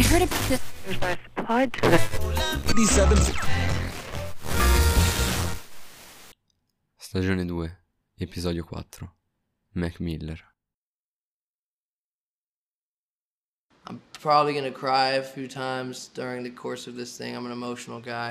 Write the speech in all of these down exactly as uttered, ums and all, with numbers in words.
heard about this? I supplied to eighty-seven. Stagione due, episodio quattro. Mac Miller. I'm probably gonna cry a few times during the course of this thing. I'm an emotional guy.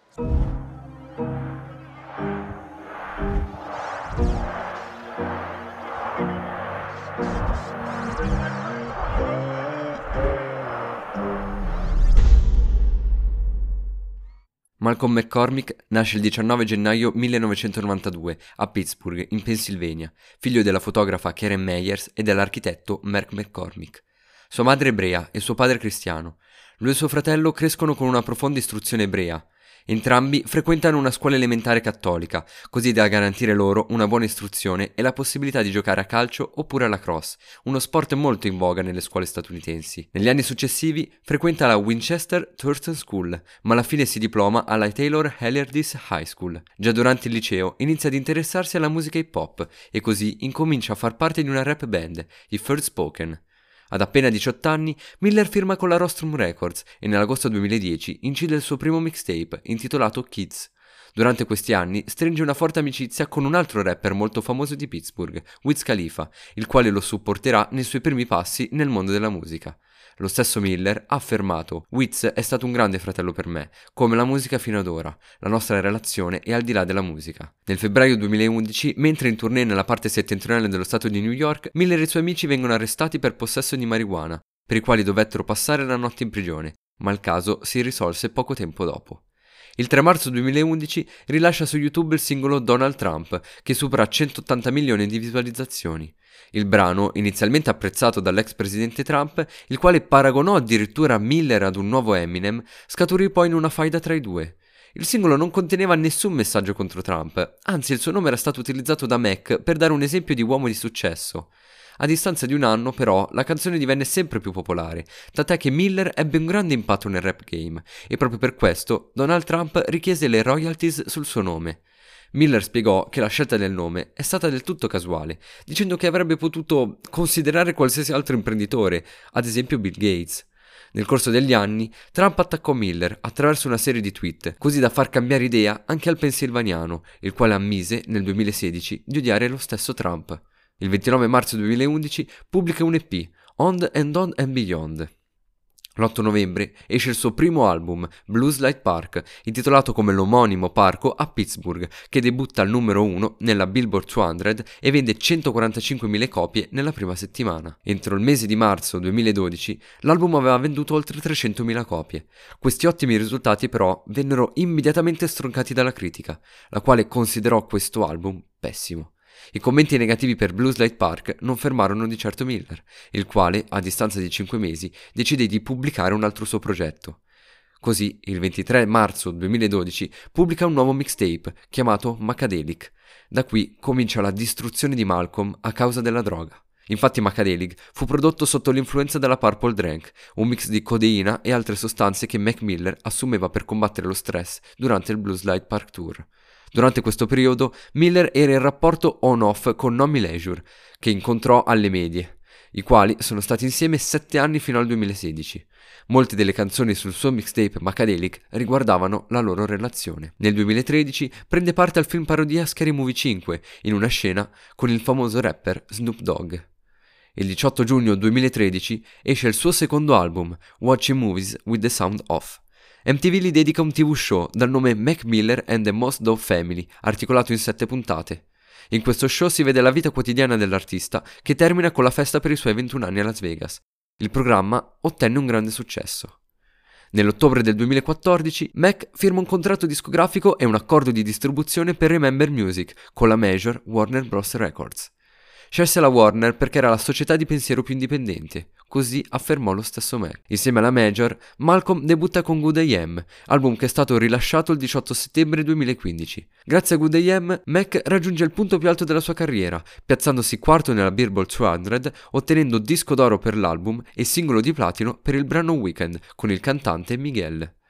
Malcolm McCormick nasce il diciannove gennaio millenovecentonovantadue a Pittsburgh, in Pennsylvania, figlio della fotografa Karen Meyers e dell'architetto Mark McCormick. Sua madre è ebrea e suo padre cristiano. Lui e suo fratello crescono con una profonda istruzione ebrea. Entrambi frequentano una scuola elementare cattolica, così da garantire loro una buona istruzione e la possibilità di giocare a calcio oppure a lacrosse, uno sport molto in voga nelle scuole statunitensi. Negli anni successivi frequenta la Winchester Thurston School, ma alla fine si diploma alla Taylor Halliards High School. Già durante il liceo inizia ad interessarsi alla musica hip hop e così incomincia a far parte di una rap band, i First Spoken. Ad appena diciotto anni, Miller firma con la Rostrum Records e nell'agosto duemiladieci incide il suo primo mixtape, intitolato Kids. Durante questi anni stringe una forte amicizia con un altro rapper molto famoso di Pittsburgh, Wiz Khalifa, il quale lo supporterà nei suoi primi passi nel mondo della musica. Lo stesso Miller ha affermato: Wiz è stato un grande fratello per me, come la musica fino ad ora. La nostra relazione è al di là della musica. Nel febbraio duemilaundici, mentre in tournée nella parte settentrionale dello stato di New York, Miller e i suoi amici vengono arrestati per possesso di marijuana, per i quali dovettero passare la notte in prigione, ma il caso si risolse poco tempo dopo. Il tre marzo duemilaundici rilascia su YouTube il singolo Donald Trump, che supera centottanta milioni di visualizzazioni. Il brano, inizialmente apprezzato dall'ex presidente Trump, il quale paragonò addirittura Miller ad un nuovo Eminem, scaturì poi in una faida tra i due. Il singolo non conteneva nessun messaggio contro Trump, anzi il suo nome era stato utilizzato da Mac per dare un esempio di uomo di successo. A distanza di un anno, però, la canzone divenne sempre più popolare, tant'è che Miller ebbe un grande impatto nel rap game, e proprio per questo Donald Trump richiese le royalties sul suo nome. Miller spiegò che la scelta del nome è stata del tutto casuale, dicendo che avrebbe potuto considerare qualsiasi altro imprenditore, ad esempio Bill Gates. Nel corso degli anni, Trump attaccò Miller attraverso una serie di tweet, così da far cambiare idea anche al pennsylvaniano, il quale ammise, nel duemilasedici, di odiare lo stesso Trump. Il ventinove marzo duemilaundici pubblica un E P, On and On and Beyond. L'otto novembre esce il suo primo album, Blues Light Park, intitolato come l'omonimo parco a Pittsburgh, che debutta al numero uno nella Billboard duecento e vende centoquarantacinquemila copie nella prima settimana. Entro il mese di marzo duemiladodici l'album aveva venduto oltre trecentomila copie. Questi ottimi risultati però vennero immediatamente stroncati dalla critica, la quale considerò questo album pessimo. I commenti negativi per Blues Light Park non fermarono di certo Miller, il quale, a distanza di cinque mesi, decide di pubblicare un altro suo progetto. Così, il ventitré marzo duemiladodici, pubblica un nuovo mixtape, chiamato Macadelic. Da qui comincia la distruzione di Malcolm a causa della droga. Infatti Macadelic fu prodotto sotto l'influenza della Purple Drank, un mix di codeina e altre sostanze che Mac Miller assumeva per combattere lo stress durante il Blues Light Park Tour. Durante questo periodo, Miller era in rapporto on-off con Nomi Leisure, che incontrò alle medie, i quali sono stati insieme sette anni fino al duemilasedici. Molte delle canzoni sul suo mixtape Macadelic riguardavano la loro relazione. Nel duemilatredici prende parte al film parodia Scary Movie cinque, in una scena con il famoso rapper Snoop Dogg. Il diciotto giugno duemilatredici esce il suo secondo album, Watching Movies with the Sound Off. M T V gli dedica un tivù show dal nome Mac Miller and the Most Dove Family, articolato in sette puntate. In questo show si vede la vita quotidiana dell'artista, che termina con la festa per i suoi ventuno anni a Las Vegas. Il programma ottenne un grande successo. Nell'ottobre del duemilaquattordici, Mac firma un contratto discografico e un accordo di distribuzione per Remember Music con la major Warner Bros. Records. Scelse la Warner perché era la società di pensiero più indipendente, così affermò lo stesso Mac. Insieme alla major, Malcolm debutta con Good A M, album che è stato rilasciato il diciotto settembre duemilaquindici. Grazie a Good A M, Mac raggiunge il punto più alto della sua carriera, piazzandosi quarto nella Billboard duecento, ottenendo disco d'oro per l'album e singolo di platino per il brano Weekend con il cantante Miguel.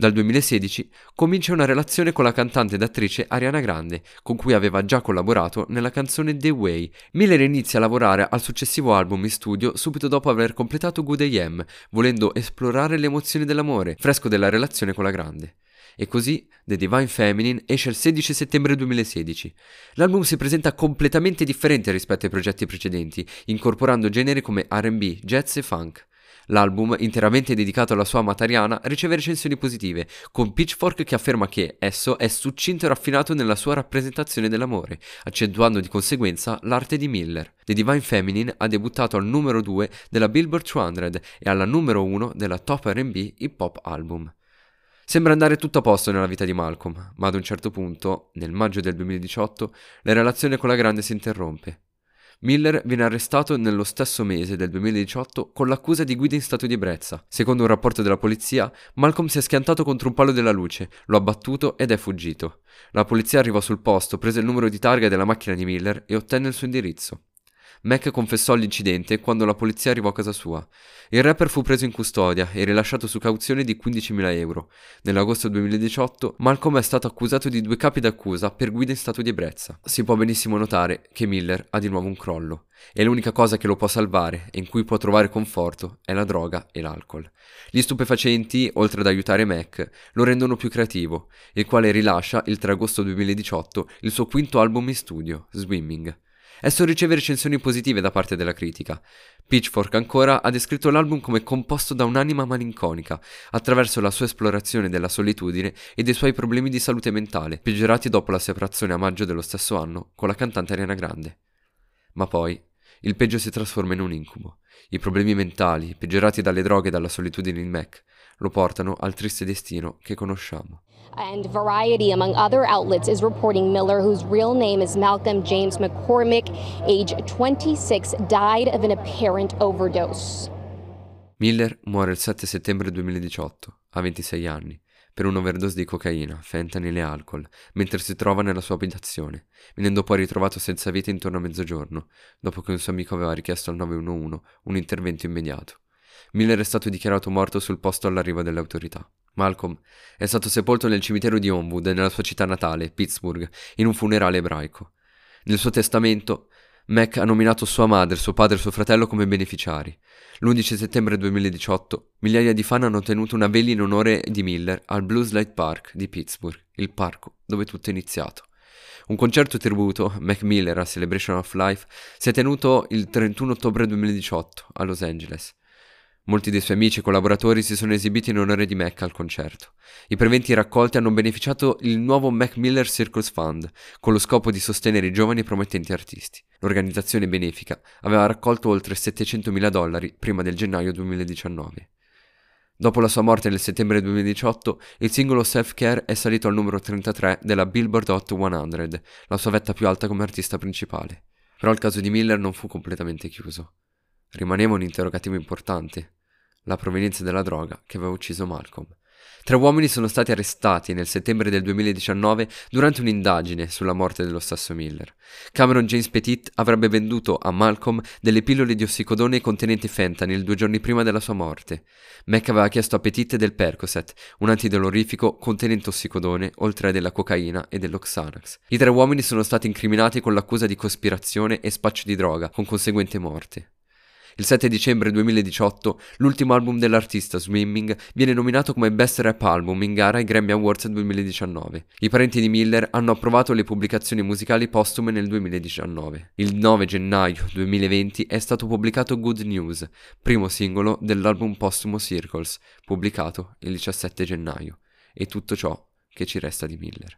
Dal duemilasedici comincia una relazione con la cantante ed attrice Ariana Grande, con cui aveva già collaborato nella canzone The Way. Miller inizia a lavorare al successivo album in studio subito dopo aver completato Good A M, volendo esplorare le emozioni dell'amore, fresco della relazione con la Grande. E così The Divine Feminine esce il sedici settembre duemilasedici. L'album si presenta completamente differente rispetto ai progetti precedenti, incorporando generi come R and B, jazz e funk. L'album, interamente dedicato alla sua amata Rihanna, riceve recensioni positive, con Pitchfork che afferma che esso è succinto e raffinato nella sua rappresentazione dell'amore, accentuando di conseguenza l'arte di Miller. The Divine Feminine ha debuttato al numero due della Billboard duecento e alla numero uno della Top R and B Hip Hop Album. Sembra andare tutto a posto nella vita di Malcolm, ma ad un certo punto, nel maggio del duemiladiciotto, la relazione con la Grande si interrompe. Miller viene arrestato nello stesso mese del duemiladiciotto con l'accusa di guida in stato di ebbrezza. Secondo un rapporto della polizia, Malcolm si è schiantato contro un palo della luce, lo ha battuto ed è fuggito. La polizia arrivò sul posto, prese il numero di targa della macchina di Miller e ottenne il suo indirizzo. Mac confessò l'incidente quando la polizia arrivò a casa sua. Il rapper fu preso in custodia e rilasciato su cauzione di quindicimila euro. Nell'agosto duemiladiciotto Malcolm è stato accusato di due capi d'accusa per guida in stato di ebbrezza. Si può benissimo notare che Miller ha di nuovo un crollo e l'unica cosa che lo può salvare e in cui può trovare conforto è la droga e l'alcol. Gli stupefacenti, oltre ad aiutare Mac, lo rendono più creativo, il quale rilascia il tre agosto duemiladiciotto il suo quinto album in studio, Swimming. Esso riceve recensioni positive da parte della critica. Pitchfork ancora ha descritto l'album come composto da un'anima malinconica, attraverso la sua esplorazione della solitudine e dei suoi problemi di salute mentale, peggiorati dopo la separazione a maggio dello stesso anno con la cantante Ariana Grande. Ma poi, il peggio si trasforma in un incubo. I problemi mentali, peggiorati dalle droghe e dalla solitudine in Mac, lo portano al triste destino che conosciamo. And Variety, among other outlets, is reporting Miller, whose real name is Malcolm James McCormick, age twenty-six, died of an apparent overdose. Miller muore il sette settembre duemiladiciotto, a ventisei anni, per un'overdose di cocaina, fentanyl e alcol, mentre si trova nella sua abitazione, venendo poi ritrovato senza vita intorno a mezzogiorno, dopo che un suo amico aveva richiesto al nove uno uno un intervento immediato. Miller è stato dichiarato morto sul posto all'arrivo delle autorità. Malcolm è stato sepolto nel cimitero di Homewood, nella sua città natale, Pittsburgh, in un funerale ebraico. Nel suo testamento, Mac ha nominato sua madre, suo padre e suo fratello come beneficiari. L'undici settembre duemiladiciotto, migliaia di fan hanno tenuto una vela in onore di Miller al Blues Light Park di Pittsburgh, il parco dove tutto è iniziato. Un concerto tributo, Mac Miller a Celebration of Life, si è tenuto il trentuno ottobre duemiladiciotto a Los Angeles. Molti dei suoi amici e collaboratori si sono esibiti in onore di Mac al concerto. I preventi raccolti hanno beneficiato il nuovo Mac Miller Circus Fund, con lo scopo di sostenere i giovani e promettenti artisti. L'organizzazione benefica aveva raccolto oltre settecentomila dollari prima del gennaio duemiladiciannove. Dopo la sua morte nel settembre duemiladiciotto, il singolo Self Care è salito al numero trentatré della Billboard Hot cento, la sua vetta più alta come artista principale. Però il caso di Miller non fu completamente chiuso. Rimaneva un interrogativo importante: la provenienza della droga che aveva ucciso Malcolm. Tre uomini sono stati arrestati nel settembre del duemiladiciannove durante un'indagine sulla morte dello stesso Miller. Cameron James Petit avrebbe venduto a Malcolm delle pillole di ossicodone contenenti fentanyl due giorni prima della sua morte. Mac aveva chiesto a Petit del Percocet, un antidolorifico contenente ossicodone, oltre della cocaina e dello Xanax. I tre uomini sono stati incriminati con l'accusa di cospirazione e spaccio di droga, con conseguente morte. Il sette dicembre duemiladiciotto, l'ultimo album dell'artista, Swimming, viene nominato come Best Rap Album in gara ai Grammy Awards duemiladiciannove. I parenti di Miller hanno approvato le pubblicazioni musicali postume nel duemiladiciannove. Il nove gennaio duemilaventi è stato pubblicato Good News, primo singolo dell'album postumo Circles, pubblicato il diciassette gennaio. E tutto ciò che ci resta di Miller.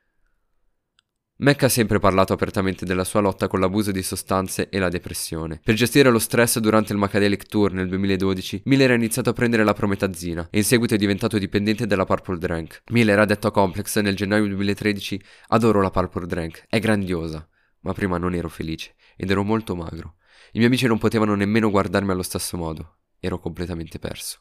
Mac ha sempre parlato apertamente della sua lotta con l'abuso di sostanze e la depressione. Per gestire lo stress durante il Macadelic Tour nel duemiladodici, Miller ha iniziato a prendere la prometazina e in seguito è diventato dipendente dalla Purple Drank. Miller ha detto a Complex nel gennaio duemilatredici: "Adoro la Purple Drank, è grandiosa, ma prima non ero felice ed ero molto magro. I miei amici non potevano nemmeno guardarmi allo stesso modo, ero completamente perso."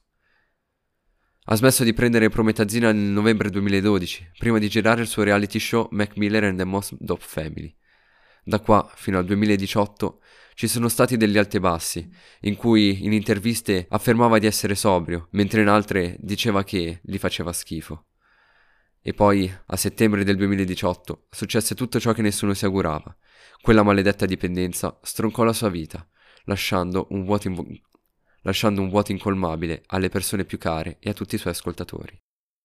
Ha smesso di prendere prometazina nel novembre duemiladodici, prima di girare il suo reality show Mac Miller and the Most Dope Family. Da qua fino al duemiladiciotto ci sono stati degli alti e bassi, in cui in interviste affermava di essere sobrio, mentre in altre diceva che gli faceva schifo. E poi, a settembre del duemiladiciotto, successe tutto ciò che nessuno si augurava. Quella maledetta dipendenza stroncò la sua vita, lasciando un vuoto, invo- lasciando un vuoto incolmabile alle persone più care e a tutti i suoi ascoltatori.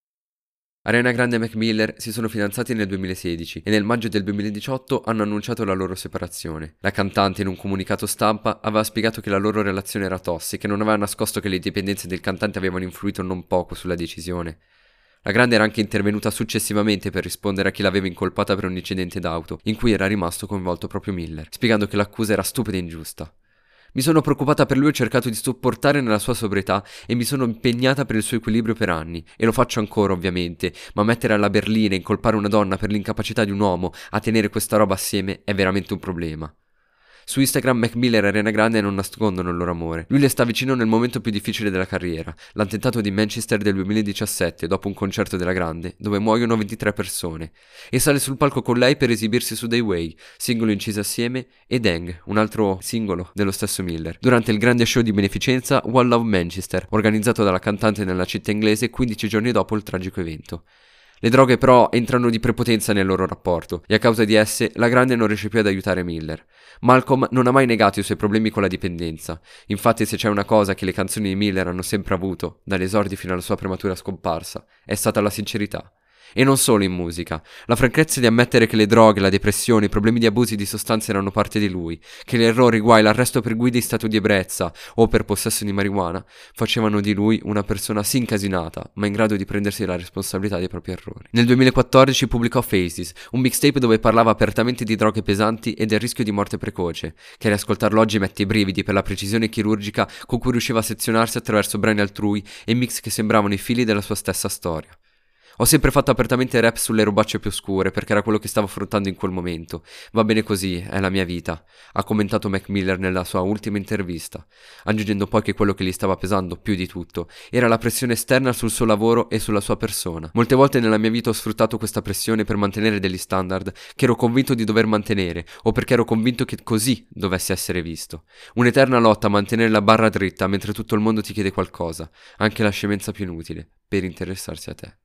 Ariana Grande e Mac Miller si sono fidanzati nel duemilasedici e nel maggio del duemiladiciotto hanno annunciato la loro separazione. La cantante in un comunicato stampa aveva spiegato che la loro relazione era tossica e non aveva nascosto che le dipendenze del cantante avevano influito non poco sulla decisione. La Grande era anche intervenuta successivamente per rispondere a chi l'aveva incolpata per un incidente d'auto, in cui era rimasto coinvolto proprio Miller, spiegando che l'accusa era stupida e ingiusta. Mi sono preoccupata per lui e ho cercato di supportare nella sua sobrietà e mi sono impegnata per il suo equilibrio per anni, e lo faccio ancora ovviamente, ma mettere alla berlina e incolpare una donna per l'incapacità di un uomo a tenere questa roba assieme è veramente un problema. Su Instagram Mac Miller e Ariana Grande non nascondono il loro amore. Lui le sta vicino nel momento più difficile della carriera, l'attentato di Manchester del duemiladiciassette, dopo un concerto della Grande, dove muoiono ventitré persone, e sale sul palco con lei per esibirsi su The Way, singolo inciso assieme, e Dang, un altro singolo dello stesso Miller, durante il grande show di beneficenza One Love Manchester, organizzato dalla cantante nella città inglese quindici giorni dopo il tragico evento. Le droghe però entrano di prepotenza nel loro rapporto e a causa di esse la Grande non riesce più ad aiutare Miller. Malcolm non ha mai negato i suoi problemi con la dipendenza, infatti se c'è una cosa che le canzoni di Miller hanno sempre avuto, dagli esordi fino alla sua prematura scomparsa, è stata la sincerità. E non solo in musica, la franchezza di ammettere che le droghe, la depressione, i problemi di abusi di sostanze erano parte di lui, che gli errori, guai, l'arresto per guida in stato di ebbrezza o per possesso di marijuana facevano di lui una persona sì incasinata, ma in grado di prendersi la responsabilità dei propri errori. Nel duemilaquattordici pubblicò Faces, un mixtape dove parlava apertamente di droghe pesanti e del rischio di morte precoce, che a riascoltarlo oggi mette i brividi per la precisione chirurgica con cui riusciva a sezionarsi attraverso brani altrui e mix che sembravano i fili della sua stessa storia. Ho sempre fatto apertamente rap sulle robacce più oscure perché era quello che stavo affrontando in quel momento. Va bene così, è la mia vita, ha commentato Mac Miller nella sua ultima intervista, aggiungendo poi che quello che gli stava pesando più di tutto era la pressione esterna sul suo lavoro e sulla sua persona. Molte volte nella mia vita ho sfruttato questa pressione per mantenere degli standard che ero convinto di dover mantenere o perché ero convinto che così dovesse essere visto. Un'eterna lotta a mantenere la barra dritta mentre tutto il mondo ti chiede qualcosa, anche la scemenza più inutile, per interessarsi a te.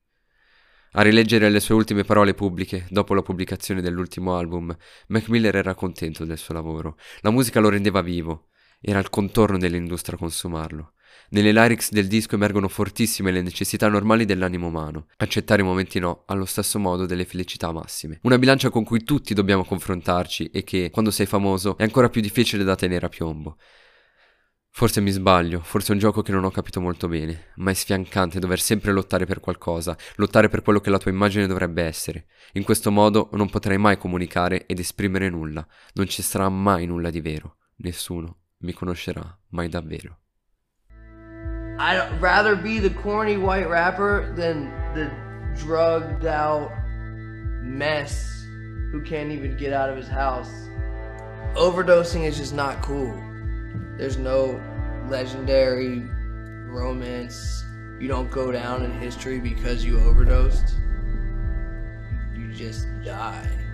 A rileggere le sue ultime parole pubbliche, dopo la pubblicazione dell'ultimo album, Mac Miller era contento del suo lavoro. La musica lo rendeva vivo. Era il contorno dell'industria a consumarlo. Nelle lyrics del disco emergono fortissime le necessità normali dell'animo umano. Accettare i momenti no, allo stesso modo delle felicità massime. Una bilancia con cui tutti dobbiamo confrontarci e che, quando sei famoso, è ancora più difficile da tenere a piombo. Forse mi sbaglio, forse è un gioco che non ho capito molto bene, ma è sfiancante dover sempre lottare per qualcosa, lottare per quello che la tua immagine dovrebbe essere. In questo modo non potrai mai comunicare ed esprimere nulla, non ci sarà mai nulla di vero, nessuno mi conoscerà mai davvero. I'd rather be the corny white rapper than the drugged out mess who can't even get out of his house. Overdosing is just not cool. There's no legendary romance. You don't go down in history because you overdosed. You just die.